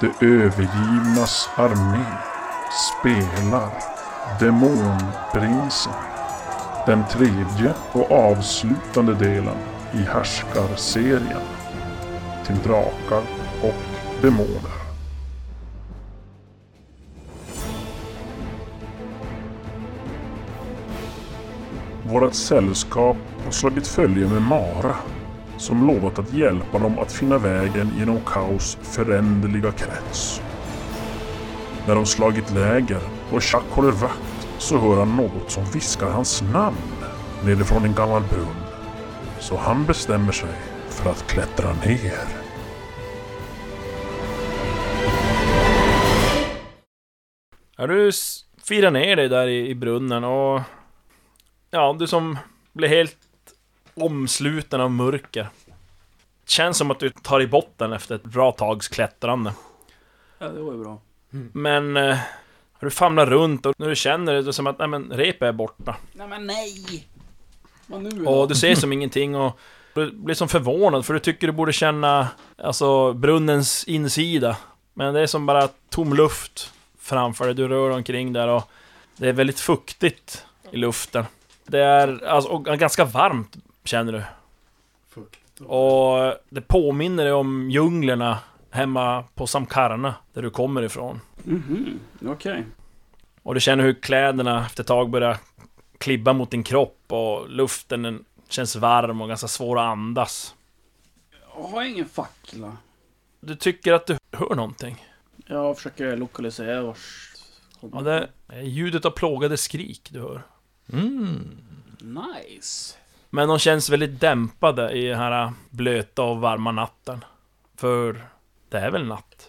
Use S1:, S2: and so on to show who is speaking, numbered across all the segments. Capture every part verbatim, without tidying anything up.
S1: De övergivnas armé spelar Demonprinsen. Den tredje och avslutande delen i härskarserien till drakar och demoner. Vårat sällskap har slagit följe med Mara, som lovat att hjälpa dem att finna vägen genom kaos föränderliga krets. När de slagit läger och Chuck håller vakt så hör han något som viskar hans namn nedifrån en gammal brunn. Så han bestämmer sig för att klättra ner.
S2: Ja, du firar ner dig där i, i brunnen och ja, du som blir helt omsluten av mörker. Det känns som att du tar i botten efter ett bra tags klättrande.
S3: Ja, det var ju bra.
S2: Mm. Men eh, du famlar runt och när du känner det som att nej, men repet är borta.
S3: Nej men nej! Vad nu då?
S2: Och du ser som ingenting och du blir som förvånad för du tycker du borde känna alltså brunnens insida. Men det är som bara tom luft framför dig. Du rör omkring där och det är väldigt fuktigt i luften. Det är alltså, och ganska varmt känner du. Och det påminner dig om djunglerna hemma på Samkarna där du kommer ifrån.
S3: Mhm, okej. Okay.
S2: Och du känner hur kläderna efter ett tag börjar klibba mot din kropp och luften den känns varm och ganska svår att andas.
S3: Jag har ingen fackla.
S2: Du tycker att du hör någonting.
S3: Jag försöker lokalisera vars...
S2: Ja, det är ljudet av plågade skrik du hör.
S3: Mm. Nice.
S2: Men de känns väldigt dämpade i den här blöta och varma natten. För det är väl natt.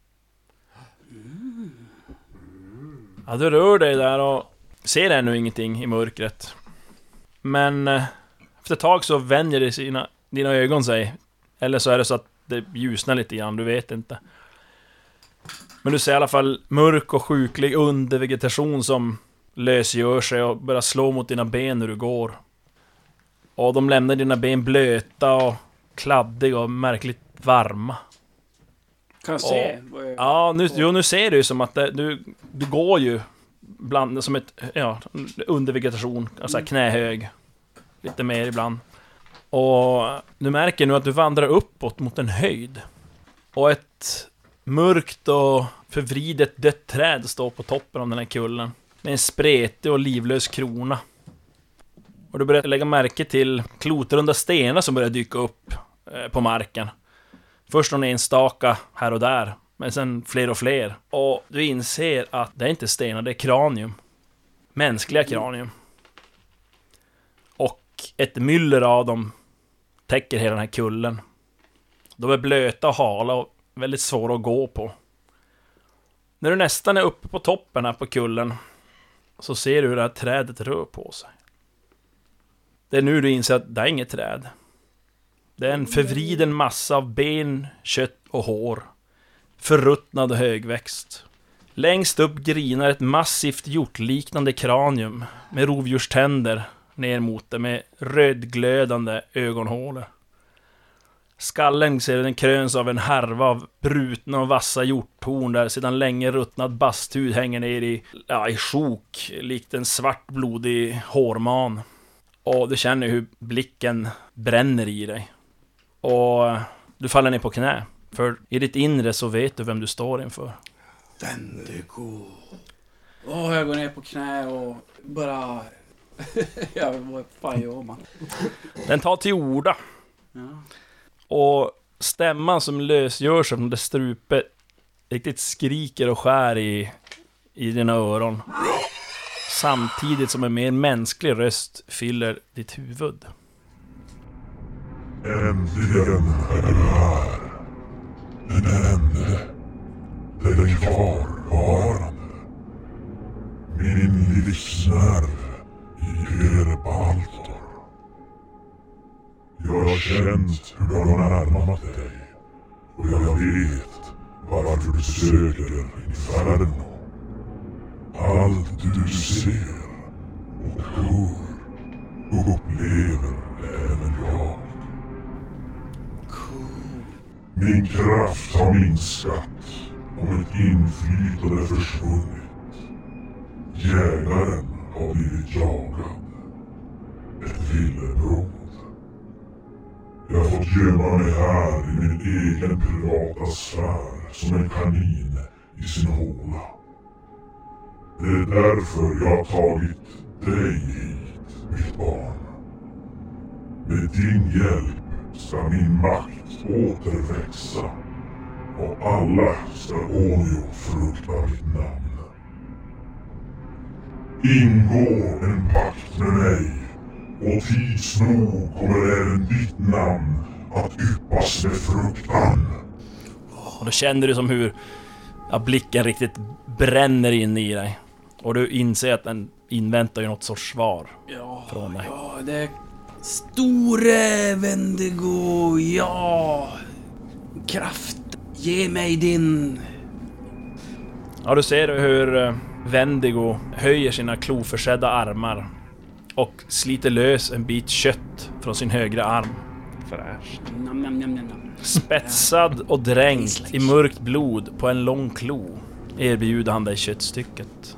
S2: Ja, du rör dig där och ser ännu ingenting i mörkret. Men efter ett tag så vänjer det sina, dina ögon sig. Eller så är det så att det ljusnar lite grann, du vet inte. Men du ser i alla fall mörk och sjuklig undervegetation som lösgör sig och börjar slå mot dina ben när du går. Och de lämnar dina ben blöta och kladdiga och märkligt varma.
S3: Kan jag se?
S2: Och, ja, nu, jo, nu ser du ju som att det, du, du går ju bland, som ett ja, undervegetation, alltså mm. knähög. Lite mer ibland. Och du märker nu att du vandrar uppåt mot en höjd. Och ett mörkt och förvridet dött träd står på toppen av den här kullen. Med en spretig och livlös krona. Och du börjar lägga märke till klotrunda stenar som börjar dyka upp eh, på marken. Först någon enstaka här och där. Men sen fler och fler. Och du inser att det är inte stenar, det är kranium. Mänskliga kranium. Och ett myller av dem täcker hela den här kullen. De är blöta och hala och väldigt svåra att gå på. När du nästan är uppe på toppen här på kullen så ser du hur det här trädet rör på sig. Det är nu du inser att det är inget träd. Det är en förvriden massa av ben, kött och hår. Förruttnad och högväxt. Längst upp grinar ett massivt hjortliknande kranium med rovdjurständer ner mot det med rödglödande ögonhålor. Skallen ser den kröns av en härva av brutna och vassa hjorthorn där sedan länge ruttnad basthud hänger ner i, ja, i sjok likt en svart blodig hårman. Och du känner hur blicken bränner i dig. Och du faller ner på knä. För i ditt inre så vet du vem du står inför.
S3: Wendigo. Åh, oh, jag går ner på knä och bara... ja, vad fan gör man?
S2: Den tar till orda.
S3: Ja.
S2: Och stämman som lösgör sig från det strupe riktigt skriker och skär i, i dina öron. Samtidigt som en mer mänsklig röst fyller ditt huvud.
S1: Äntligen är du här. Den enda. Den kvarvarande. Min livsnerv i Erebaltor. Jag har känt hur du har närmat dig. Och jag vet varför du söker Inferno. Allt du ser och hör upplever även jag.
S3: Cool.
S1: Min kraft har minskat och mitt inflytande försvunnit. Jägaren har blivit jagad. Ett villebråd. Jag har fått gömma mig här i min egen privata sfär som en kanin i sin håla. Det är därför jag har tagit dig hit, mitt barn. Med din hjälp ska min makt återväxa och alla ska ånyo frukta mitt namn. Ingå en pakt med mig och tids nog kommer även ditt namn att yppas med fruktan.
S2: Och då känner du som hur ja, blicken riktigt bränner in i dig. Och du inser att den inväntar ju något sorts svar
S3: Ja,
S2: från dig.
S3: ja, det är store Wendigo, ja. Kraft, ge mig din.
S2: Ja, du ser hur eh, Wendigo höjer sina kloförsedda armar och sliter lös en bit kött från sin högra arm.
S4: Fräscht.
S3: Nam, nam, nam, nam, nam.
S2: Spetsad och dränkt i mörkt blod på en lång klo erbjuder han dig köttstycket.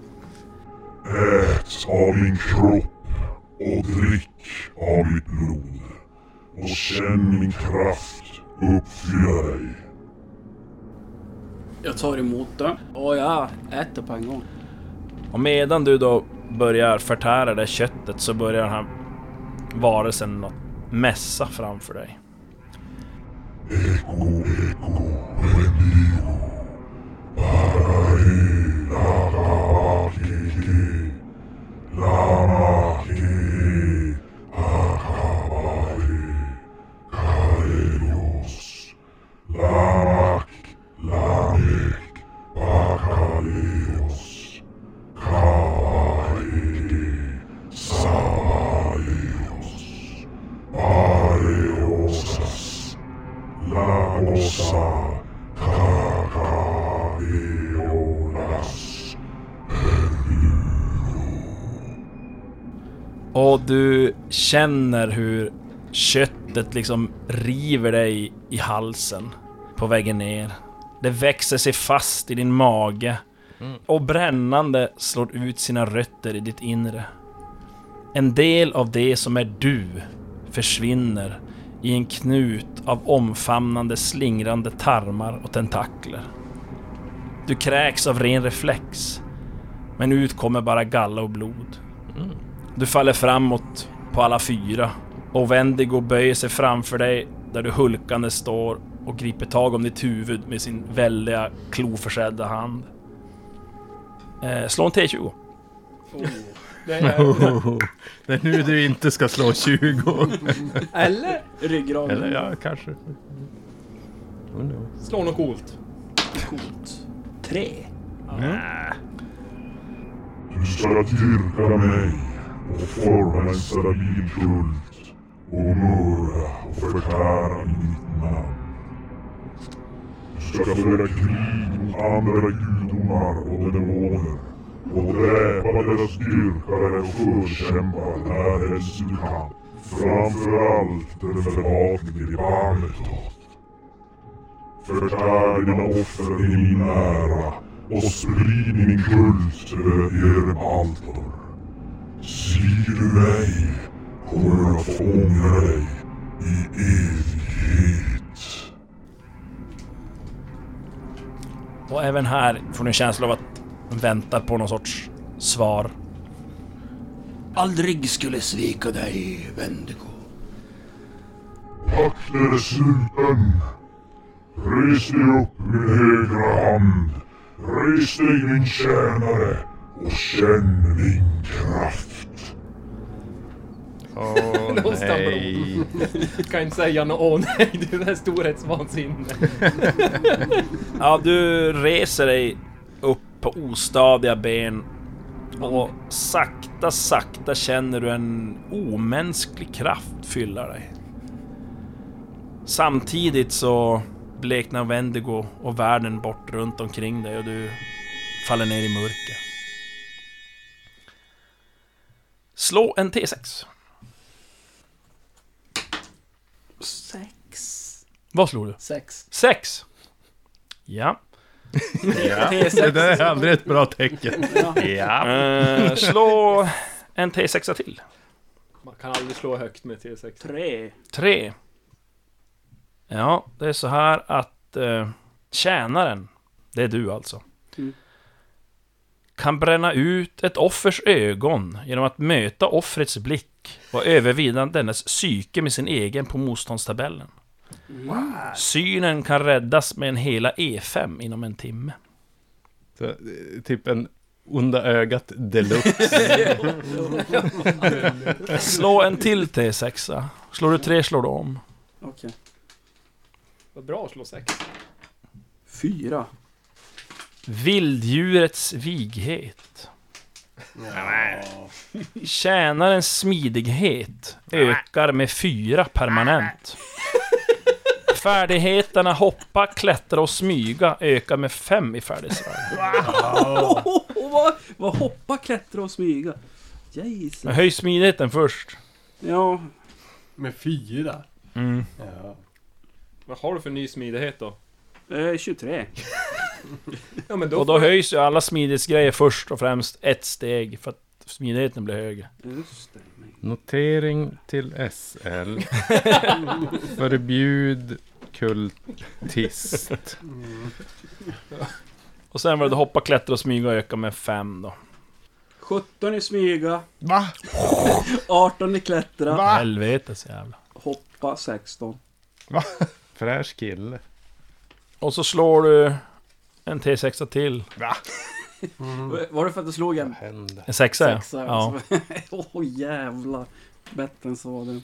S1: Ät av min kropp och drick av mitt blod och känn min kraft uppfylla dig.
S3: Jag tar emot det och jag äter på en gång.
S2: Och medan du då börjar förtära det köttet så börjar han varelsen att mässa framför dig.
S1: Eko, eko, Wendigo. Barahi, lakakiki. Lamaki, akabari. Kaelios. Lamak, lamek, bakalios. Kavari, sabalios. Mariosas. Lagosa, kakaiolas.
S2: Och du känner hur köttet liksom river dig i halsen på vägen ner. Det växer sig fast i din mage och brännande slår ut sina rötter i ditt inre. En del av det som är du försvinner i en knut av omfamnande slingrande tarmar och tentakler. Du kräks av ren reflex, men ut kommer bara galla och blod. Du faller framåt på alla fyra och Wendigo böjer sig framför dig där du hulkande står och griper tag om ditt huvud med sin väldiga kloförsedda hand. Eh, slå en T tjugo.
S3: Oh, det är
S4: Det är nu du inte ska slå tjugo.
S3: eller ryggraden.
S4: Eller ja, kanske. Oh no.
S5: Slå något coolt.
S3: Coolt. Tre.
S4: Nä.
S1: Du ska dyrka mig och forma en stabil kult och mörda och förtära i mitt namn. Du ska föra krig mot andra gudomar och demoner och dräpa deras dyrkare och förkämpar närhelst du kan. Framförallt den förhatlige Barnetot. Förtär dina offer i min ära och sprid min kult över er altor. Sviker du mig kommer du att få ångra dig i evighet.
S2: Och även här får ni en känsla av att vänta på någon sorts svar.
S3: Aldrig skulle svika dig, Wendigo.
S1: Pakten är sluten. Res dig upp min högra hand. Res dig min tjänare och känn min kraft.
S4: Åh
S5: Då stannar
S4: nej.
S5: Du kan inte säga något. Åh nej, det är storhetsvansinne.
S2: Ja, du reser dig upp på ostadiga ben och sakta, sakta känner du en omänsklig kraft fylla dig. Samtidigt så bleknar Wendigo och världen bort runt omkring dig och du faller ner i mörker. Slå en T sex.
S3: Sex.
S2: Vad slår du?
S3: Sex.
S2: Sex. Ja.
S4: Ja.
S3: T sex.
S4: Det där är aldrig ett bra tecken.
S3: Ja.
S4: Ja.
S2: Eh, slå en T sex till.
S5: Man kan aldrig slå högt med T sex.
S3: Tre.
S2: Tre. Ja, det är så här att eh, tjänaren, det är du alltså,
S3: Mm.
S2: kan bränna ut ett offers ögon genom att möta offrets blick och övervida dennes psyke med sin egen på motståndstabellen.
S3: Wow.
S2: Synen kan räddas med en hela E fem inom en timme.
S4: Så, eh, typ en onda ögat deluxe.
S2: Slå en till T sex. Slår du tre slår du om.
S3: Okej.
S5: Vad bra att slå sex.
S3: Fyra.
S2: Vilddjurets vighet. Tjänarens smidighet ökar med fyra permanent. Färdigheterna hoppa, klättra och smyga ökar med fem i färdighetsvärde.
S3: Oh, oh, oh, vad, vad hoppa, klättra och smyga. Jesus.
S2: Men höj smidigheten först.
S3: Ja.
S6: Med fyra.
S2: Mm.
S6: Ja.
S5: Vad har du för ny smidighet då?
S3: Eh, tjugotre.
S5: Ja, men då
S2: Och då
S5: får-
S2: höjs ju alla smidighetsgrejer först och främst ett steg för att smidigheten blir högre.
S3: Just det.
S4: Notering till S L. Förbjud kultist.
S2: Och sen var det hoppa, klättra och smyga ökar med fem då.
S3: sjutton i smyga.
S4: Va?
S3: arton i klättra.
S4: Va?
S2: Helvetes jävla.
S3: Hoppa sexton.
S4: Fräsch kille.
S2: Och så slår du en T sex till.
S3: Var det för att du slog en
S4: Vad händer?
S2: En sexa,
S3: sexa?
S2: ja.
S3: Åh oh, jävlar. Bättre än så var det.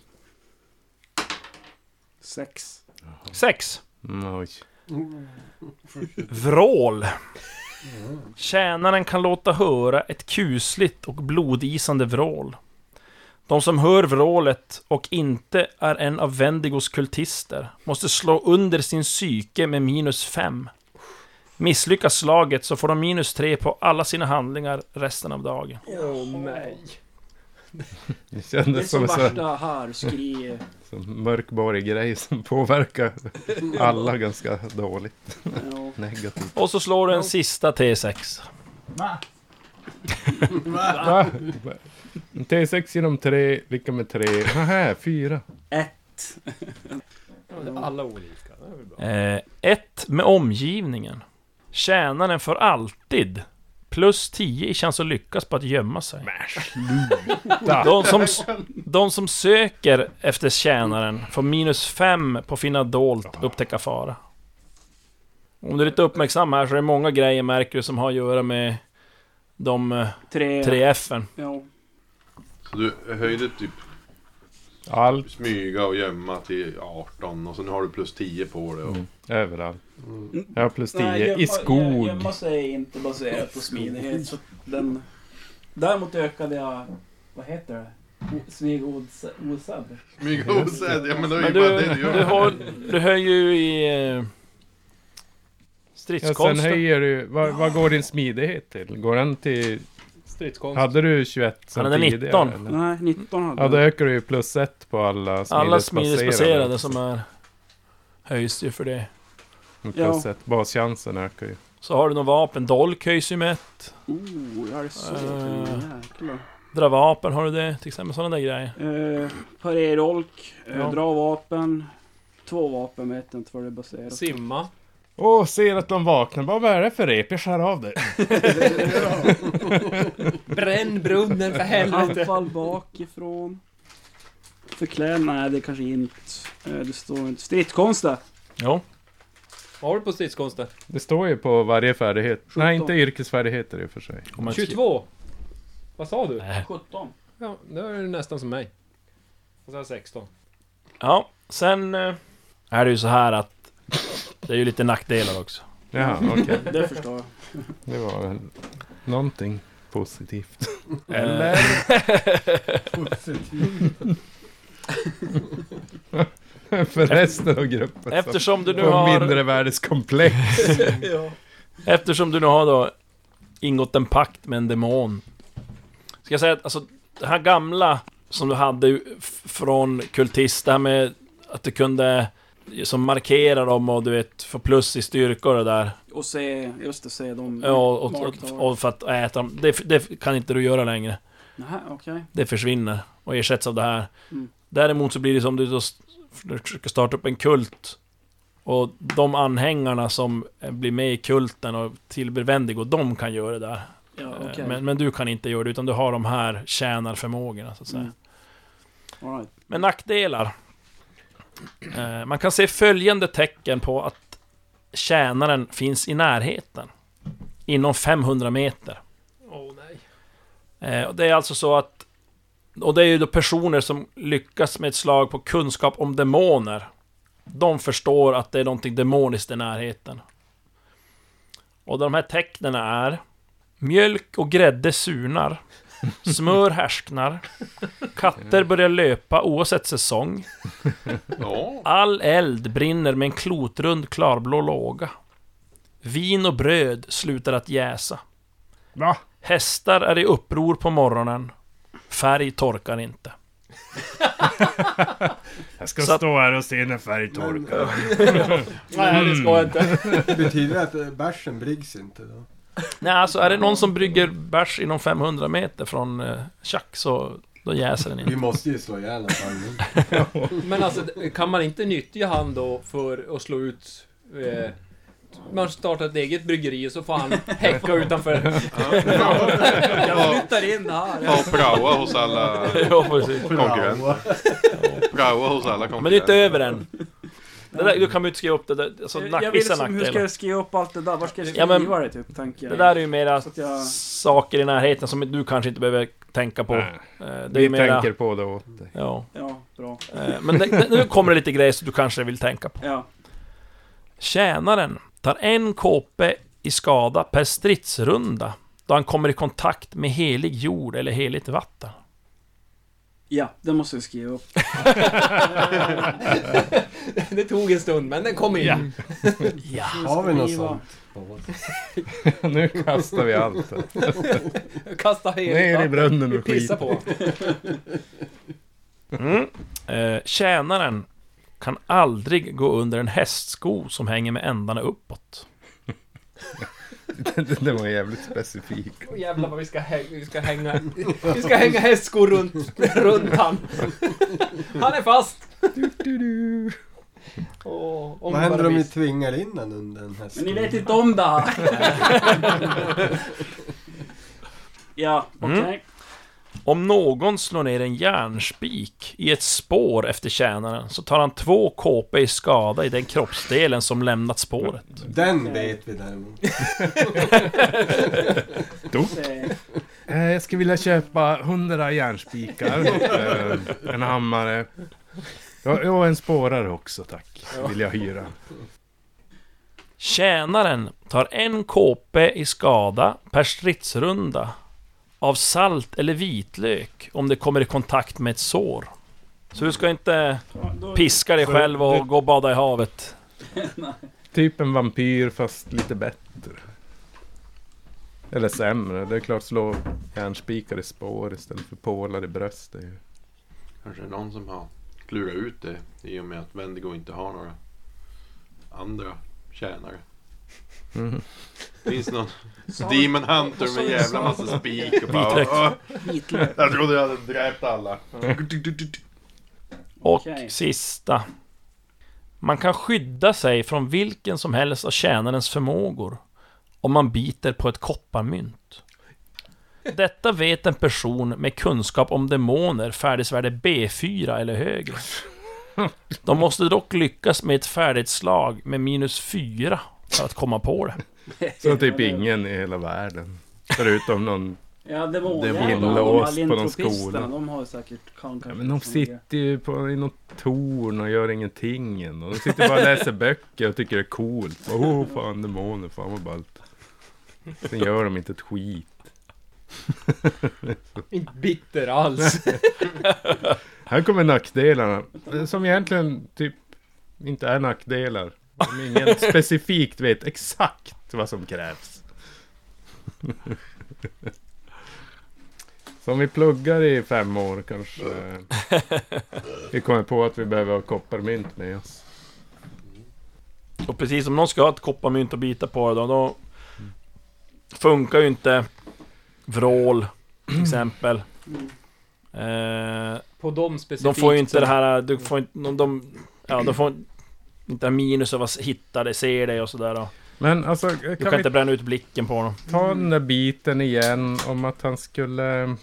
S3: Sex.
S2: Sex.
S4: Mm, oj.
S2: Vrål. Tjänaren kan låta höra ett kusligt och blodisande vrål. De som hör vrålet och inte är en av Wendigos kultister måste slå under sin psyke med minus fem. Misslyckas slaget så får de minus tre på alla sina handlingar resten av dagen.
S5: Åh oh, nej.
S4: Det
S3: Det är
S4: kändes
S3: som
S4: som en sån
S3: värsta här skri.
S4: sån mörkbarig grej som påverkar alla ganska dåligt.
S3: Ja.
S4: Negativt.
S2: Och så slår du en sista T sex.
S4: Va? En T sex genom tre, lika med tre. Nähä, fyra.
S3: Ett.
S5: Alla olika. Det är väl bra.
S2: Eh, ett med omgivningen. Tjänaren får alltid plus tio i chans att lyckas på att gömma sig. De som, de som söker efter tjänaren får minus fem på finna dolt, upptäcka fara. Om du är lite uppmärksam här så är det många grejer märker du som har att göra med de eh,
S3: Tre.
S2: tre F:en.
S3: Ja.
S7: Så du höjde typ
S4: Allt.
S7: smyga och gömma till arton och så nu har du plus tio på det. Och...
S4: Mm. Överallt. Jag har plus tio.
S3: Nej, gömma-
S4: I skog.
S3: Gömma sig är inte baserat på smidighet. Så den... Däremot ökade jag... Vad heter det? O- Smyg osad.
S7: Smyga osedd, ja men det är ju
S2: Men
S7: bara
S2: du,
S7: det du gör.
S2: du, har, du höjer ju i eh,
S4: Ja, sen
S2: stridskonsten.
S4: höjer du... Vad, vad går din smidighet till? Går den till...
S5: Stridskonst.
S4: Hade du tjugoett som
S2: Han hade
S4: tidigare,
S2: nitton.
S4: eller?
S3: Nej, nitton hade
S4: Ja, då
S3: jag.
S4: ökar du ju plus ett på alla
S2: Alla
S4: smidighetsbaserade.
S2: smidighetsbaserade som är höjs ju för det.
S4: Plus
S3: Ja.
S4: ett. Baschansen ökar ju.
S2: Så har du någon vapen, dolk höjs ju med ett.
S3: Oh, jag är så
S2: Eh.
S3: jäklar.
S2: Dra vapen har du det, till exempel sådana där grejer.
S3: Eh, Parerolk, eh,
S2: Ja.
S3: dra vapen. Två vapen vet jag inte vad det är baserat.
S5: Simma.
S4: Åh, ser att de vaknar. Bara, vad är det för rep? Jag skär av det.
S5: Bränn brunnen för helvete.
S3: Anfall bakifrån. Förklä, nej det kanske inte. Eh, det står inte. Stridskonster.
S2: Jo.
S5: Vad har du på stridskonster?
S4: Det står ju på varje färdighet.
S3: sjutton.
S4: Nej, inte yrkesfärdigheter i och för sig.
S2: Om man
S5: tjugotvå. Vad sa du?
S2: Nej.
S3: sjutton.
S5: Ja, då är det nästan som mig. Och så har jag sexton.
S2: Ja, sen eh, är det ju så här att det är ju lite nackdelar också.
S4: Jaha, okej.
S3: Det förstår jag.
S4: Det var väl någonting positivt.
S2: Eller?
S4: För resten av gruppen.
S2: Eftersom du nu
S4: På
S2: har...
S4: mindre värdeskomplex.
S3: Ja.
S2: Eftersom du nu har då ingått en pakt med en demon. Ska jag säga att alltså, det här gamla som du hade ju f- från kultist, det här med att du kunde som markera dem och du vet få plus i styrkor och det där.
S3: Och se, just det, se dem.
S2: Ja, och, och, och för att äta dem. Det, det kan inte du göra längre.
S3: Nej, okej. Okay.
S2: Det försvinner och ersätts av det här.
S3: Mm.
S2: Däremot så blir det som du då försöker starta upp en kult. Och de anhängarna som blir med i kulten och tillber Wendigo, de kan göra det där.
S3: Ja, okay.
S2: men, men du kan inte göra det, utan du har de här tjänarförmågorna så att säga.
S3: Mm. All right.
S2: Men nackdelar. Eh, man kan se följande tecken på att tjänaren finns i närheten. Inom femhundra meter.
S5: Åh oh, nej.
S2: Eh, det är alltså så att, och det är ju då personer som lyckas med ett slag på kunskap om demoner. De förstår att det är någonting demoniskt i närheten. Och de här tecknen är: mjölk och grädde surnar, smör härsknar, katter börjar löpa oavsett säsong, all eld brinner med en klotrund klarblå låga, vin och bröd slutar att jäsa.
S4: Va?
S2: Hästar är i uppror på morgonen, färg torkar inte.
S4: Jag ska
S2: Så
S4: stå här och se när färg torkar.
S5: Nej, det ska jag inte.
S6: Betyder det att bärsen bryggs inte då?
S2: Nej, alltså är det någon som brygger bärs inom femhundra meter från eh, Chuck, så då jäser den
S6: Vi
S2: inte.
S6: måste ju slå ihjäl honom.
S5: Men alltså, kan man inte nyttja han då för att slå ut... Eh, man startar ett eget bryggeri och så får han häcka utanför.
S3: Jag flyttar in här.
S7: Ja, praoa hos alla
S2: Ja, precis.
S7: konkurrenter. Praoa hos alla konkurrenter.
S2: Men det är inte över än. Det där, du kan ju inte skriva upp det där, alltså,
S3: Jag,
S2: nack,
S3: jag vill
S2: vissa
S3: som, hur ska
S2: nackdelar.
S3: jag skriva upp allt det där? Var ska jag
S2: Ja,
S3: skriva
S2: men-
S3: det typ, tänker jag.
S2: Det där är ju mera
S3: Så att jag-
S2: saker i närheten som du kanske inte behöver tänka på.
S4: Nej.
S2: Eh, Det är
S4: Vi
S2: ju mera...
S4: tänker på det åt dig.
S2: Ja.
S3: Ja, bra.
S2: Eh, Men det, det, nu kommer det lite grejer som du kanske vill tänka på.
S3: Ja.
S2: Tjänaren tar en kåpe i skada per stridsrunda då han kommer i kontakt med helig jord eller heligt vatten.
S3: Ja, det måste jag skriva upp.
S5: Det tog en stund, men den kom in.
S2: Ja.
S6: Har vi något
S3: Skriva.
S6: sånt?
S4: Nu kastar vi allt.
S5: Kasta helt.
S4: Ner i brunnen
S5: Vi
S4: och
S5: pissar
S4: skit.
S5: på.
S2: Mm. Eh, tjänaren kan aldrig gå under en hästsko som hänger med ändarna uppåt.
S4: Det var jävligt specifik.
S5: Åh, jävlar vad vi ska, hänga, vi ska hänga Vi ska hänga hästskor runt, runt han. Han är fast. Du, du, du. Åh, om
S6: Vad händer
S5: bara
S6: om vi
S5: visst.
S6: tvingar in den under en häst?
S3: Men ni vet inte om det. Ja, okej.
S2: Mm. Om någon slår ner en järnspik i ett spår efter tjänaren så tar han två kåpor i skada i den kroppsdelen som lämnat spåret.
S6: Den vet vi däremot.
S3: Se.
S4: Eh, Jag skulle vilja köpa hundra järnspikar. eh, En hammare. Ja, ja, en spårare också, tack. Vill jag hyra.
S2: Tjänaren tar en kåpe i skada per stridsrunda av salt eller vitlök om det kommer i kontakt med ett sår. Så du ska inte
S3: Ja, då-
S2: piska dig
S4: Så
S2: själv och
S4: det-
S2: gå och bada i havet.
S4: Typ en vampyr fast lite bättre. Eller sämre. Det är klart slå järnspikar i spår istället för pålar i bröst. Det är ju...
S7: Kanske är någon som har klurat ut det i och med att Wendigo inte har några andra tjänare.
S4: Mm.
S7: Finns någon Demon Hunter med jävla massa spik och bara...
S2: Vitlök.
S7: "Åh,
S3: Vitlök.
S7: jag trodde jag hade dräpt alla.
S2: Och
S3: Okej.
S2: sista. Man kan skydda sig från vilken som helst av tjänarens förmågor om man biter på ett kopparmynt. Detta vet en person med kunskap om demoner färdighetsvärde B fyra eller högre. De måste dock lyckas med ett färdighetsslag med minus fyra för att komma på det.
S4: Så typ ingen i hela världen. Förutom någon...
S3: Ja, det var
S4: Det var
S3: de
S4: inlåst
S3: här
S4: på någon
S3: lintropisterna,
S4: skola.
S3: de har säkert... Kan,
S4: Ja,
S3: kanske
S4: men de
S3: såna grejer.
S4: sitter ju på, i något torn och gör ingenting. än. Och de sitter bara och läser böcker och tycker det är coolt. Åh, oh, fan demoner, fan vad ballt. Sen gör de inte ett skit.
S5: Inte bitter alls.
S4: Här kommer nackdelarna. Som egentligen typ inte är nackdelar. Om ingen specifikt vet exakt vad som krävs. Så om vi pluggar i fem år kanske vi kommer på att vi behöver ha kopparmynt med oss.
S2: Och precis som någon ska ha ett kopparmynt att bita på då, då funkar ju inte vrål till exempel. Eh,
S5: På dem specifikt.
S2: de får ju inte
S5: så-
S2: det här, du får inte, de, de, ja, de får inte minus av att hitta dig, ser dig och sådär då.
S4: Men alltså,
S2: Du
S4: kan
S2: kan
S4: vi
S2: inte bränna ut blicken på dem.
S4: ta den där biten igen om att han skulle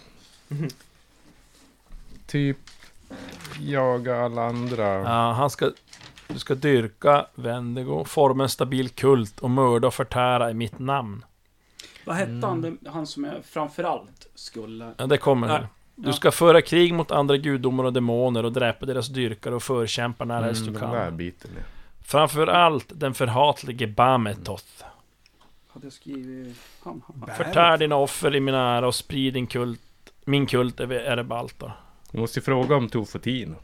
S4: typ jaga alla andra?
S2: Ja, han ska, du ska dyrka Wendigo, forma en stabil kult och mörda och förtära i mitt namn.
S3: Vad hette han, den- han som jag framförallt skulle...
S2: Ja, det kommer
S3: Ja.
S2: nu. Du ska föra krig mot andra gudomar och demoner och dräpa deras dyrkare och förkämpa när helst du
S4: den
S2: kan.
S4: där biten, ja.
S2: Framför allt den förhatlige Bametoth.
S3: Hade jag skrivit... Han, han.
S2: Förtär dina offer i min ära och sprid din kult, min kult över Erebaltor.
S4: Du måste ju fråga om Tofotino.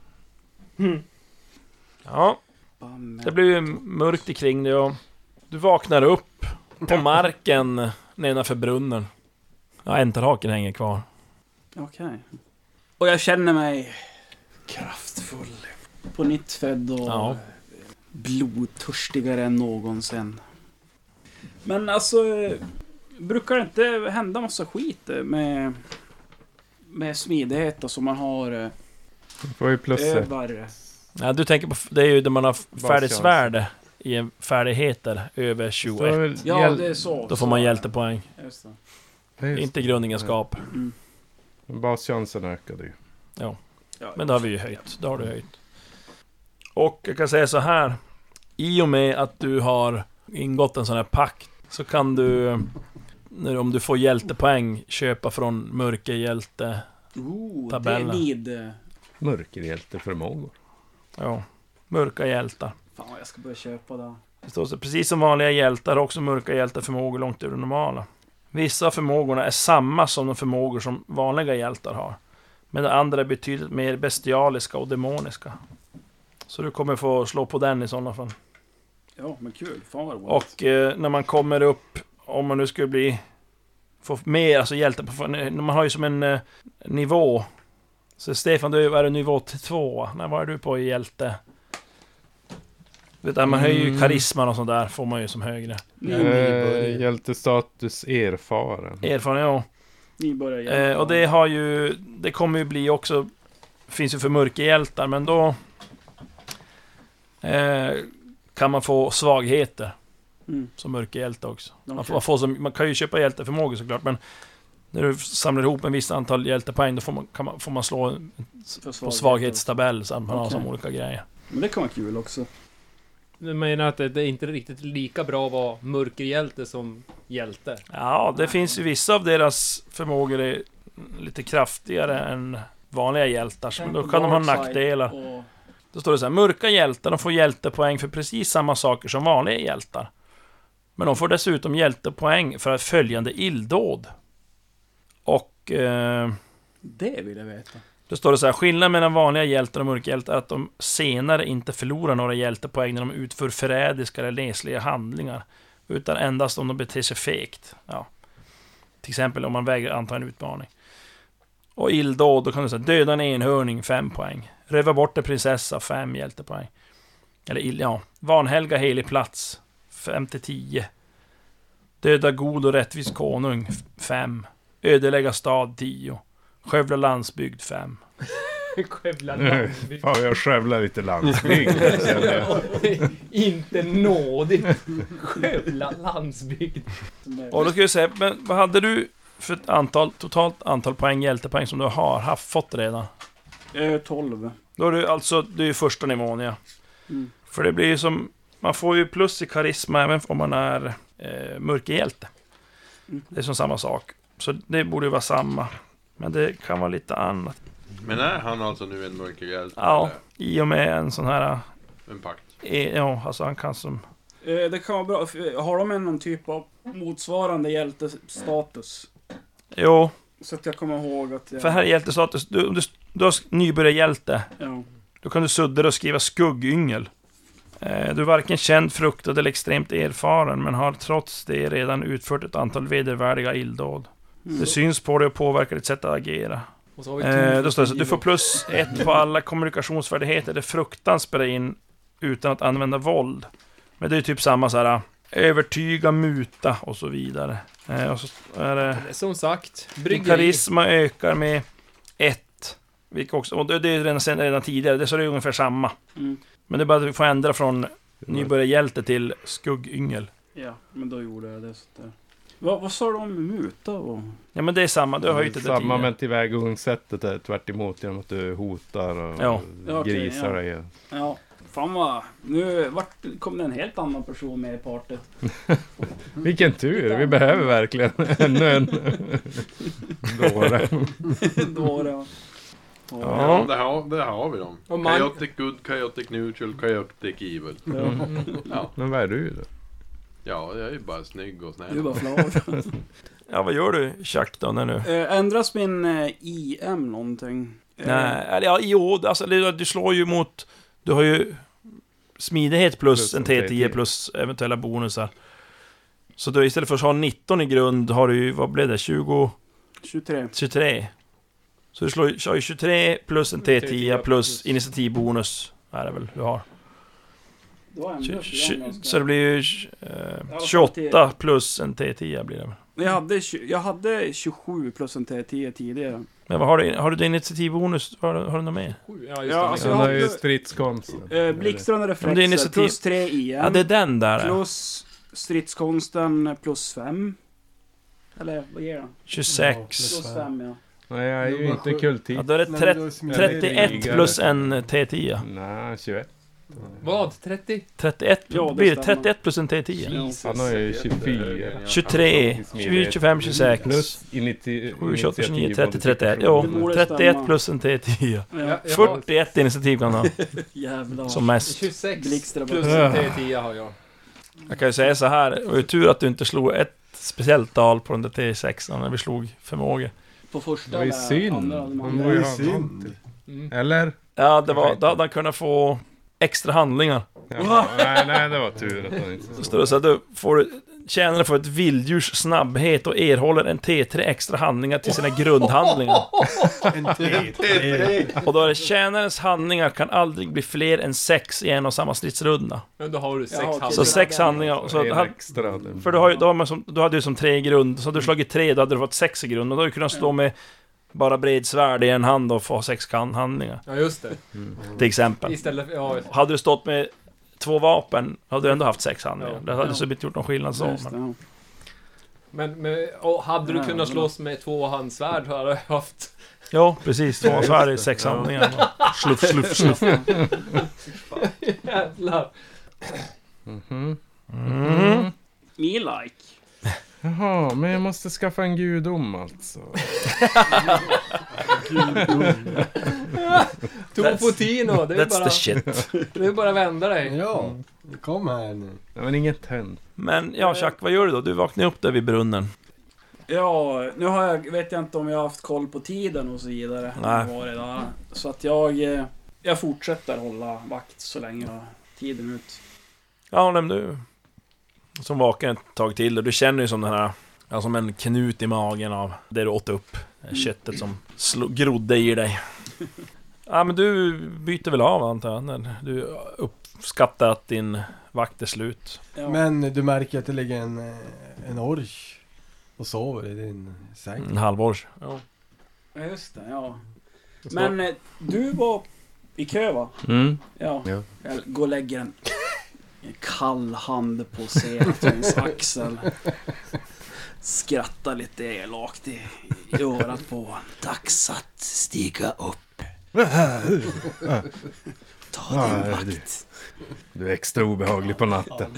S2: Ja,
S3: Bam,
S2: det blir ju mörkt ikring dig och du vaknar upp på marken nedanför brunnen. Ja, enterhaken hänger kvar.
S3: Okej. Och jag känner mig kraftfull. På nytt född och
S2: Ja.
S3: blodtörstigare än någonsin. Men alltså, eh, brukar det inte hända massa skit eh, med, med smidighet och som man har eh,
S4: Du får ju plus ett.
S3: övar?
S2: Ja, du tänker på, det är ju där man har färdigt
S4: Baschans.
S2: svärd i en färdigheter över
S4: Då
S2: tjugoett.
S4: är väl
S3: Ja,
S4: hjäl-
S3: det är så.
S2: Då får man hjältepoäng.
S3: Just det.
S4: det är just-
S2: Inte grundegenskap.
S3: Mm.
S4: Baschansen ökade ju.
S3: Ja,
S2: Men det har vi ju höjt. Det har du höjt. Och jag kan säga så här. I och med att du har ingått en sån här pakt så kan du, när, om du får hjältepoäng, köpa från mörkerhjälte.
S3: Oh, det
S2: Tabellen.
S3: är nid. eh,
S4: Mörkerhjälteförmågor.
S2: Ja, mörka hjältar.
S3: Fan vad jag ska börja köpa det.
S2: Det står så, precis som vanliga hjältar har också mörka hjälteförmågor långt över det normala. Vissa av förmågorna är samma som de förmågor som vanliga hjältar har. Men de andra är betydligt mer bestialiska och demoniska. Så du kommer få slå på den i sådana fall.
S3: Ja, men kul. Fan vad roligt.
S2: Och eh, när man kommer upp, om man nu skulle bli... Få mer, alltså hjälte på... Man har ju som en eh, nivå. Så Stefan, du är du nivå till två. När var du på i hjälte? Vet du, man höjer ju
S4: Mm.
S2: karisman och sånt där, får man ju som högre.
S4: Eh, hjältestatus erfaren.
S2: Erfarenhet, ja.
S3: Ni börjar hjälpa.
S2: Eh, och det har ju... Det kommer ju bli också... Finns ju för mörkerhjältar, men då... Eh, kan man få svagheter.
S3: Mm.
S2: Som mörkerhjälte också. Man,
S3: Okej.
S2: får, man, får som, man kan ju köpa hjälteförmågor såklart, men när du samlar ihop en viss antal hjältepoäng, då får man, kan man, får man slå en-
S3: För
S2: på
S3: svaghet.
S2: svaghetstabell, så att man har
S3: Okej.
S2: som olika grejer.
S3: Men det kan vara kul också.
S5: Du menar att det, det är inte riktigt lika bra att vara mörkerhjälte som hjälte?
S2: Ja, det finns ju vissa av deras förmågor är lite kraftigare än vanliga hjältar, men då kan de ha nackdelar.
S3: Och...
S2: Då står det så här, mörka hjältar, de får hjältepoäng för precis samma saker som vanliga hjältar. Men de får dessutom hjältepoäng för ett följande illdåd. Och eh,
S3: Det vill jag veta.
S2: då står det så här, skillnaden mellan vanliga hjältar och mörka hjältar är att de senare inte förlorar några hjältepoäng när de utför förrädiska eller nesliga handlingar. Utan endast om de beter sig fegt. Ja. Till exempel om man vägrar anta en utmaning. Och illdåd, då kan du säga, döda en enhörning, fem poäng. Röva bort en prinsessa, fem hjältepoäng. Eller ill, ja. Vanhelga helig plats, fem till tio. Döda god och rättvis konung, fem. Ödelägga stad, tio. Skövla landsbygd, fem.
S5: Skövla
S4: Nej,
S5: landsbygd.
S4: fan, jag skövlar lite landsbygd. känner jag.
S5: Inte nådigt. Skövla landsbygd.
S2: Och då ska jag säga, men vad hade du för ett antal, totalt antal poäng, hjältepoäng som du har haft, fått redan?
S3: Eh, tolv.
S2: Då är du alltså, du är ju första nivån, ja.
S3: Mm.
S2: För det blir ju som, man får ju plus i karisma även om man är eh, mörkerhjälte.
S3: Mm.
S2: Det är som samma sak. Så det borde ju vara samma. Men det kan vara lite annat.
S7: Men är han alltså nu en mörkerhjälte?
S2: Ja, i och med en sån här...
S7: eller En pakt?
S2: Eh, ja, alltså han kan som...
S3: Eh, det kan vara bra. För- Har de en någon typ av motsvarande hjältestatus?
S2: Jo,
S3: Så att jag kommer ihåg att jag...
S2: för här är hjältestatus. Du, om du, du har nybörjarhjälte.
S3: Ja.
S2: Då kan du sudda och skriva skuggyngel. Eh, du är varken känd, fruktad eller extremt erfaren, men har trots det redan utfört ett antal vedervärdiga illdåd.
S3: Mm.
S2: Det syns på dig och påverkar ditt sätt att agera.
S5: Och så har vi
S2: Eh, då står det så, du får plus ett på alla kommunikationsfärdigheter där fruktan spelar in utan att använda våld. Men det är typ samma så här övertyga, muta och så vidare. Eh, och så är det...
S5: Som sagt,
S2: Din
S5: bryggeri.
S2: karisma ökar med ett. Vilket också, och det det är redan, sen, redan tidigare, det så är det ungefär samma.
S3: Mm.
S2: Men det är bara att vi får ändra från nybörjarhjälte till skuggyngel.
S3: Ja, men då gjorde jag det. Så att, det- vad, vad sa du om muta? Och...
S2: Ja men det är samma, du har höjt det där
S4: Samma
S2: tidigare.
S4: men tillvägagångssättet är tvärt emot genom att du hotar och
S2: Ja.
S3: Ja, okej,
S4: grisar
S3: ja.
S4: dig.
S3: Ja, fan vad... Nu vart, kom det en helt annan person med i partet.
S4: Vilken tur, vi behöver verkligen ännu en dåre.
S3: Då var det... Ja.
S7: Ja, det har, det har vi dem.
S5: Och man-
S7: Chaotic good, chaotic neutral, chaotic evil. Ja,
S4: Men vad är du då?
S7: ja jag är ju bara snygg och
S3: Du är
S7: snäll.
S3: bara flav.
S2: Ja vad gör du Chuck då när du...
S3: äh, ändras min äh, I M någonting? Eh,
S2: Nej, eller ja, jo, alltså det- du slår ju mot... Du har ju smidighet plus,
S4: Plus
S2: en
S4: en
S2: T
S4: T
S2: tio
S4: tio.
S2: plus eventuella bonusar. Så då istället för att ha nitton i grund har du ju, vad blev det, tjugo,
S3: tjugotre.
S2: tjugotre. Så du slår, kör ju tjugotre plus en T tio plus initiativbonus. Är det väl du har.
S3: Det var
S2: Tju-
S3: ändras
S2: tju-
S3: igen ganska.
S2: Så det blir ju eh, tjugoåtta plus en T tio blir det väl.
S3: Jag hade, tju- jag hade tjugosju plus en T tio tidigare.
S2: Men vad har du, har du din initiativbonus? Har, du- har du något mer?
S5: Ja, just
S3: Ja,
S5: det.
S3: alltså,
S4: Han har ju
S3: hade-
S4: stridskonsten.
S3: Eh, Blixtrande
S2: Om det är
S3: reflexer
S2: initiativ-
S3: plus tre I M.
S2: Ja, det är den där.
S3: Plus stridskonsten plus fem. Eller vad ger den?
S2: tjugosex.
S3: Plus fem, ja.
S4: Nej, jag är ju inte kultist.
S2: Ja, då är det
S6: Nej,
S2: trettio.
S6: men då smider-
S2: trettioett plus en T tio.
S4: Nej, tjugoett.
S5: Vad? trettio?
S2: trettioett,
S3: Ja, det
S2: blir det
S3: stämmer.
S2: trettioett plus en T tio.
S4: Han har ju tjugofyra.
S2: tjugotre, tjugo, tjugofem, tjugosex.
S4: Plus initi-
S2: sju, tjugoåtta, tjugonio,
S4: initiativ
S2: trettio, trettioett. Jo,
S3: Det borde
S2: trettioett
S3: stämma.
S2: plus en T tio.
S3: Ja,
S5: Ja, jag har
S2: fyrtioett initiativ kan han ha.
S3: jävlar.
S2: Som mest.
S5: tjugosex
S3: Blixtra
S5: plus
S3: bara.
S5: en T tio har jag.
S2: Jag kan ju säga så här. Det var ju tur att du inte slog ett speciellt tal på den där T sex när vi slog förmågor.
S3: På första
S4: Det var ju
S3: eller
S4: synd.
S3: andra hade man-
S4: Han
S6: Det
S4: var
S6: är
S4: ju
S6: ju
S4: ha
S6: synd.
S4: någonting.
S5: Mm.
S4: Eller?
S2: Ja, det var, då hade han kunnat få extra handlingar.
S4: Ja, nej, nej, det var tur att han inte
S2: Så står det så att du får tjänare för ett vilddjurs snabbhet och erhåller en T tre extra handlingar till sina grundhandlingar.
S6: En T tre.
S2: Och då är det tjänarens handlingar kan aldrig bli fler än sex i en och samma stridsrunda.
S5: Men då har du sex
S3: Ja, okej.
S2: Så
S5: handlingar.
S2: sex handlingar. Så
S4: en
S2: att,
S4: extra.
S2: för du, har ju, då har man som, du hade ju som tre i grund. Så hade du slagit tre, då hade du fått sex i grund. Och då hade du kunnat slå med bara bredsvärd i en hand och få sex kan- handlingar.
S5: Ja, just det.
S2: Till exempel.
S5: Istället för... Ja,
S2: Hade du stått med två vapen hade du ändå haft sex handlingar.
S5: Ja.
S2: Det hade
S3: Ja.
S2: så inte gjort någon skillnad så.
S3: Just det,
S2: Men,
S3: ja.
S5: men, men och hade du
S3: Ja,
S5: kunnat
S3: det
S5: slåss med två handsvärd hade du haft...
S2: ja, precis. Två svärd i sex handlingar. Sluff, sluff, sluff.
S5: Jävlar.
S4: Mhm.
S2: Mm.
S3: Me like.
S4: Jaha, men jag måste skaffa en gudom alltså.
S5: Tofotino, det är
S2: That's
S5: bara...
S2: the shit.
S5: Det är bara att vända dig.
S6: Ja, kom här nu.
S4: Nej, men inget tönt.
S2: Men ja, Chuck, vad gör du då? Du vaknar upp där vid brunnen.
S3: Ja, nu har jag, vet jag inte om jag har haft koll på tiden och så vidare.
S2: Nej.
S3: Vad det där. Så att jag, eh, jag fortsätter hålla vakt så länge jag har tiden ut.
S2: Ja, men du som vaken ett tag till och du känner ju som den här, ja, som en knut i magen av det du åt upp. Det här köttet som slog, grodde i dig. Ja, men du byter väl av antar jag, när du uppskattar att din vakt är slut.
S3: Ja.
S6: Men du märker att det ligger en, eh, en orch och sover i din säng.
S2: En halvårs. Ja.
S3: Ja, just det, ja. Men eh, du var i kö va?
S4: Mm.
S3: Ja.
S4: Ja.
S3: Jag går och lägger en, en kall hand på Setons axel. Skrattar lite elakt i, i örat på honom. Dags att stiga upp. Ta
S4: Ja,
S3: din
S4: du-
S3: vakt.
S4: Du är extra obehaglig på natten.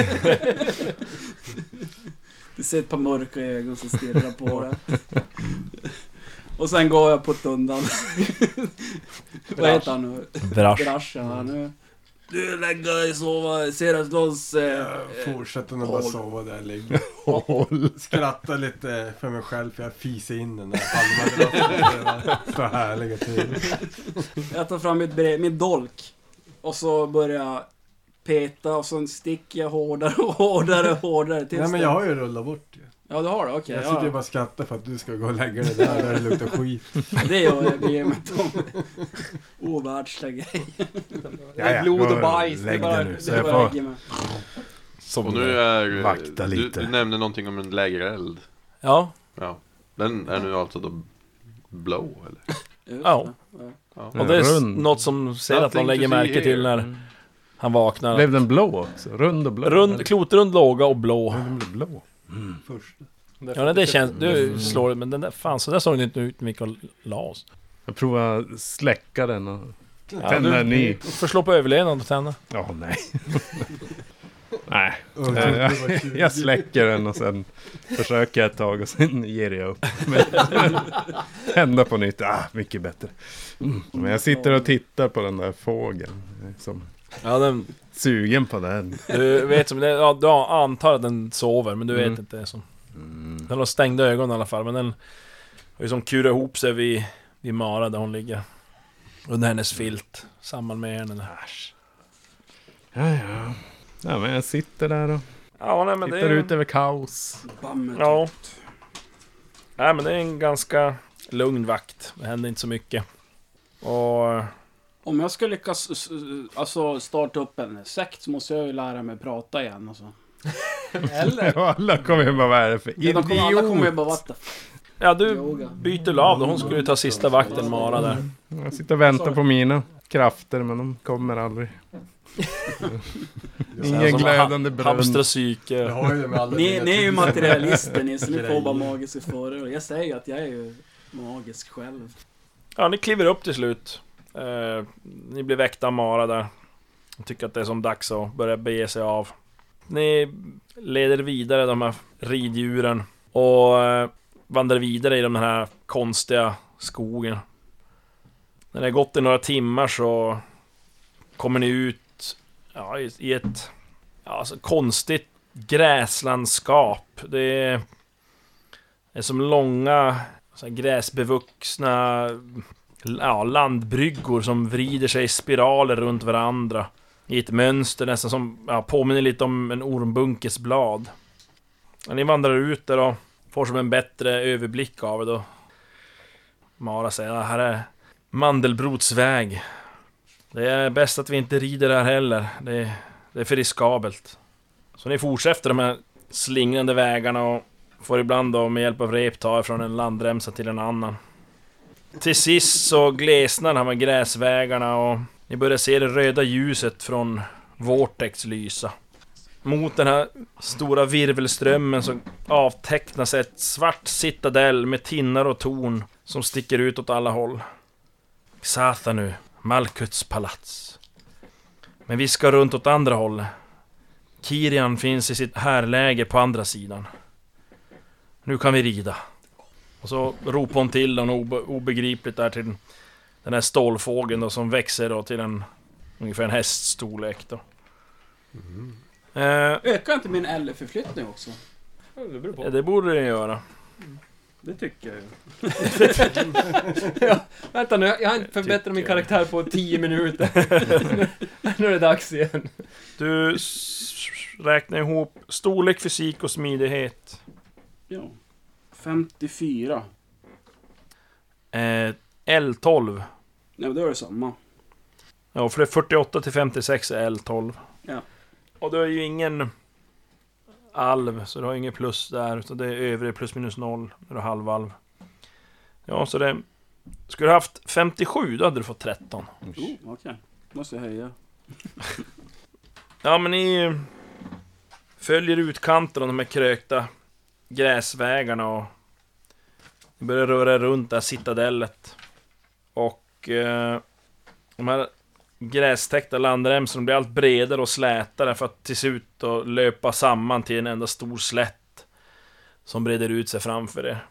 S3: Du ser ett par mörka ögon som stirrar på dig. Och sen går jag på ett undan. Vad heter han nu?
S2: Brasch.
S3: Braschen här nu. Du lägger dig sova, ser att någons... Eh,
S6: Jag fortsätter nog bara
S3: håll.
S6: sova där jag ligger. Skrattar lite för mig själv för jag fiser in den där halvmadrassen. Så härliga till.
S3: jag tar fram mitt, brev, min dolk. Och så börjar jag peta och så sticker jag hårdare och hårdare och hårdare. Tills
S6: Nej men
S3: det-
S6: jag har ju rullat bort ju.
S3: Ja, du har det, okej.
S6: Jag
S3: Okay,
S6: sitter ju
S3: ja.
S6: bara och skrattar för att du ska gå och lägga det där där det luktar skit.
S3: Det gör jag, det ger mig Tom. Ovärldsliga grejer.
S5: Det är blod och bajs.
S4: Lägg
S5: det är bara,
S4: det nu, så
S3: Det
S4: jag
S3: var
S4: får
S3: lägger mig.
S4: som
S7: Och nu är...
S4: vakta
S7: Du,
S4: lite.
S7: du nämnde någonting om en lägereld.
S2: Ja,
S7: Ja. Den är nu alltså då blå, eller?
S3: Just
S2: Ja.
S3: det, ja.
S7: Ja.
S2: och det är
S4: Rund.
S2: något som ser att
S7: Nothing
S2: de lägger
S7: to see
S2: märke till
S7: here.
S2: när han vaknar.
S4: Blev den blå också? Rund och blå?
S2: Rund, klotrund låga och blå.
S4: Den blev blå.
S6: Första.
S2: Ja, nej, det känns... Du slår men den där... Fan, så där såg den inte ut när vi gick och la oss.
S4: Jag provar släcka den och
S2: Ja,
S4: tända
S2: du
S4: en ny.
S2: får slå på överlevnad och tända.
S4: Ja, nej. nej.
S6: Och
S4: Eh,
S6: det var
S4: jag,
S6: tjugo.
S4: jag släcker den och sen försöker jag ett tag och sen ger jag upp. Men, tända på nytt. Ah, mycket bättre. Mm. Men jag sitter och tittar på den där fågeln. Jag är Som
S2: Ja, den...
S4: sugen på den.
S2: Du vet som... Ja, du antar att den sover, men du vet
S4: Mm.
S2: inte. Som,
S4: Mm.
S2: den har stängda ögon i alla fall, men den har ju som kurat ihop sig vid, vid Mara där hon ligger. Under hennes filt. Samman med henne.
S4: Äsch. Ja, ja. Ja, men jag sitter där och
S2: Ja, nej, men det
S4: tittar
S2: är...
S4: ut över kaos.
S3: Bammet.
S2: Ja. Nej, men det är en ganska lugn vakt. Det händer inte så mycket. Och...
S3: Om jag ska lyckas s- s- alltså starta upp en sekt så måste jag ju lära mig prata igen. Alltså.
S5: Eller?
S4: Och alla kommer ju bara, vad är det för
S3: Ja, de kommer, alla kommer ju
S4: idiot?
S3: bara vatta.
S2: Ja, du
S3: Yoga.
S2: byter av då. Hon skulle ju ta sista vakten, Mara där.
S4: Jag sitter och väntar på mina krafter, men de kommer aldrig. Ingen
S2: Som
S4: glödande
S2: ha-
S4: brunn.
S2: Hamstra psyke.
S6: Jag har ju det med alla
S3: Ni,
S6: mina
S3: ni är ju
S6: tusen
S3: materialister ni, så ni får
S6: grejer.
S3: bara magiska före. Jag säger ju att jag är ju magisk själv.
S2: Ja, ni kliver upp till slut. Eh, ni blir väckta av Mara där. Jag tycker att det är som dags att börja bege sig av. Ni leder vidare de här riddjuren och eh, vandrar vidare i den här konstiga skogen. När det har gått i några timmar så kommer ni ut ja, i, i ett ja, alltså, konstigt gräslandskap. Det är, det är som långa så här, gräsbevuxna ja, landbryggor som vrider sig i spiraler runt varandra i ett mönster nästan som ja, påminner lite om en ormbunkes blad. När ni vandrar ut där och får som en bättre överblick av det då. Mara säger att här är Mandelbrots väg. Det är bäst att vi inte rider här heller. Det, det är för riskabelt. Så ni fortsätter de här slingrande vägarna och får ibland då med hjälp av rep ta från en landremsa till en annan. Till sist så glesnar de här gräsvägarna och ni börjar se det röda ljuset från Vortex lysa. Mot den här stora virvelströmmen så avtecknas ett svart citadell med tinnar och torn som sticker ut åt alla håll. Xathanu, Malkuts palats. Men vi ska runt åt andra håll. Kirian finns i sitt härläger på andra sidan. Nu kan vi rida. Och så ropar hon till den obe- obegripligt där till den här stålfågeln då, som växer då till en ungefär en häststorlek då.
S6: Mm.
S2: Eh,
S3: Ökar inte min L-förflyttning också?
S5: Det beror på.
S2: ja, det borde den göra.
S3: Det tycker jag ju.
S5: ja, vänta nu, jag har inte förbättrat min karaktär på tio minuter. Nu är det dags igen.
S2: Du s- räknar ihop storlek, fysik och smidighet.
S3: Ja. femtiofyra.
S2: Eh, L tolv.
S3: Nej, då är det samma.
S2: Ja, för det är fyrtioåtta till femtiosex är L tolv.
S3: Ja.
S2: Och du har ju ingen alv, så du har ingen plus där, utan det är övre plus minus noll när du har halvalv. Ja, så det... Skulle du haft femtiosju, då hade du fått tretton.
S3: Oh, okej. Okay. Måste jag höja.
S2: Ja, men ni följer utkanten av de här krökta gräsvägarna och ni börjar röra er runt det här citadellet. Och eh, de här grästäckta landremsorna blir allt bredare och slätare för att till slut då löpa samman till en enda stor slätt som breder ut sig framför er.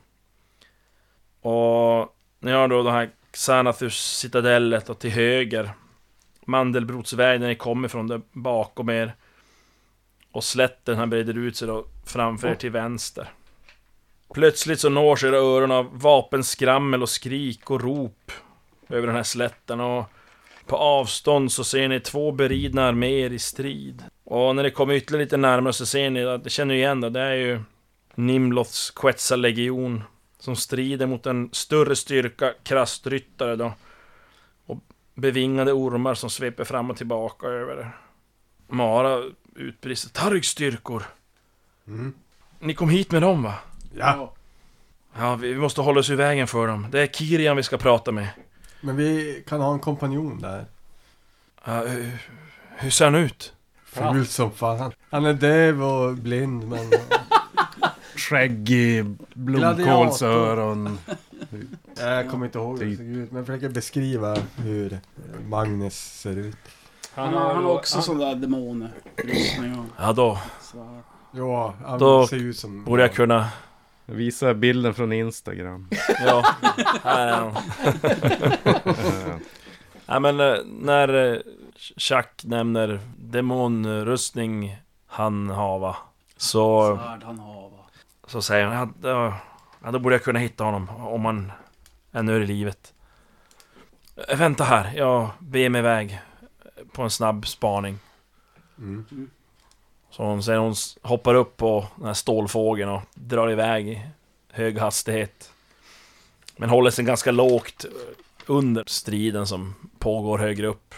S2: Och ni har då det här Xanathus citadellet och till höger Mandelbrotsvägen när ni kommer från där bakom er. Och slätten här breder ut sig då framför er till vänster. Plötsligt så når sig era öron av vapenskrammel och skrik och rop över den här slätten. Och på avstånd så ser ni två beridna arméer i strid. Och när ni kommer ytterligare lite närmare så ser ni att det känner igen då, det är ju Nimloths Quetzal-legion som strider mot en större styrka krastryttare då, och bevingade ormar som sveper fram och tillbaka över det. Mara utbrister: Targs styrkor!
S6: Mm.
S2: Ni kom hit med dem, va?
S6: Ja,
S2: Ja, vi vi måste hålla oss i vägen för dem. Det är Kirian vi ska prata med.
S6: men vi kan ha en kompanjon där.
S2: Ja, hur, hur ser han ut?
S6: Ful som fan. Han är döv och blind, men...
S4: Skäggig, blomkålsöron.
S6: Jag kommer inte ihåg hur det
S4: Typ.
S6: ser ut, men jag försöker beskriva hur Magnus ser ut.
S3: Han har, han har också sån där demonrustning och
S2: Ja, då
S3: svärd.
S6: Ja, han
S2: Då
S6: ser ut som...
S2: borde jag kunna...
S4: Jag visar bilden från Instagram.
S2: Ja, här är han. Ja, men eh, när eh, Chuck nämner demonrustning han hava, så,
S3: Svärd han har, va?
S2: så säger han: ja, då, ja, då borde jag kunna hitta honom om han ännu är i livet. Eh, Vänta här, jag beger mig iväg på en snabb spaning.
S6: Mm.
S2: Så hon säger, hon s- hoppar upp på den här stålfågeln och drar iväg i hög hastighet. Men håller sig ganska lågt under striden som pågår högre upp.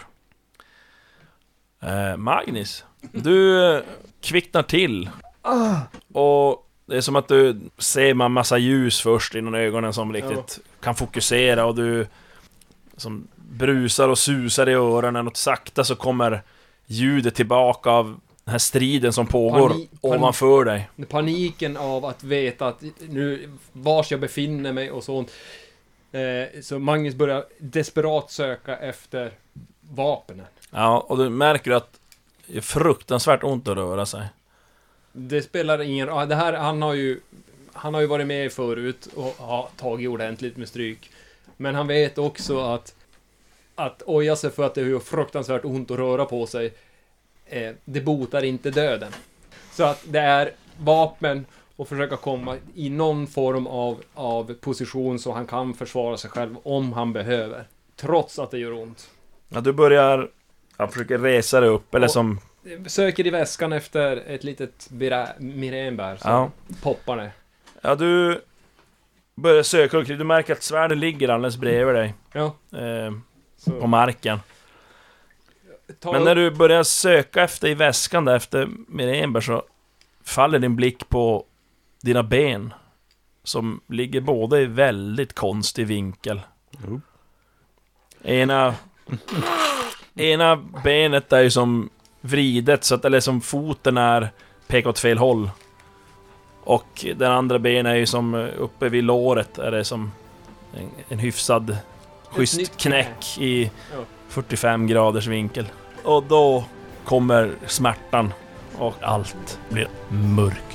S2: Eh, Magnus, du eh, kvicknar till. Och det är som att du ser en massa ljus först inom ögonen som riktigt kan fokusera, och du som brusar och susar i öronen, och sakta så kommer ljudet tillbaka av den här striden som pågår
S5: Pani- pani-
S2: ovanför dig.
S5: Paniken av att veta att nu vars jag befinner mig och sånt. Eh, så Magnus börjar desperat söka efter vapnen.
S2: Ja, och du märker att det är fruktansvärt ont att röra sig.
S5: Det spelar ingen roll. Det här, han har ju han har ju varit med förut och har tagit ordentligt med stryk. Men han vet också att att oja sig för att det är fruktansvärt ont att röra på sig, eh, det botar inte döden. Så att det är vapen och försöka komma i någon form av, av position så han kan försvara sig själv om han behöver. Trots att det gör ont.
S2: Ja, du börjar... Jag försöker resa dig upp, eller
S5: Och-
S2: som...
S5: Söker i väskan efter ett litet bira- mirenbär så
S2: Ja.
S5: poppar det.
S2: Ja, du börjar söka och du märker att svärdet ligger alldeles bredvid dig.
S5: Ja,
S2: Eh,
S5: så
S2: på marken.
S5: ta
S2: Men när du börjar söka efter i väskan där efter mirenbär, så faller din blick på dina ben. Som ligger båda i väldigt konstig vinkel.
S4: Oh.
S2: Ena... ena benet är ju som vridet, så att, eller som foten är pekar åt fel håll. Och den andra benen är ju som uppe vid låret, är det som en, en hyfsad schysst
S5: nytt
S2: knäck i
S5: Ja.
S2: fyrtiofem graders vinkel. Och då kommer smärtan och allt blir mörkt.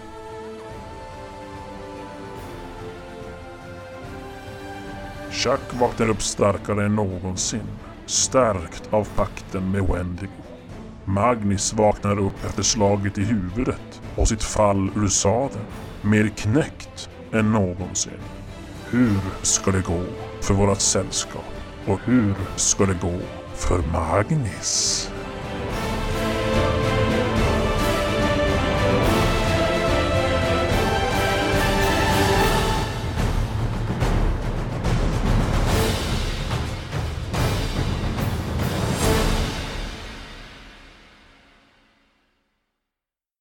S1: Chuck vaknar upp starkare än någonsin, stärkt av pakten med Wendigo. Magnus vaknar upp efter slaget i huvudet och sitt fall ur sadeln, mer knäckt än någonsin. Hur ska det gå för vårat sällskap? Och hur ska det gå för Magnus?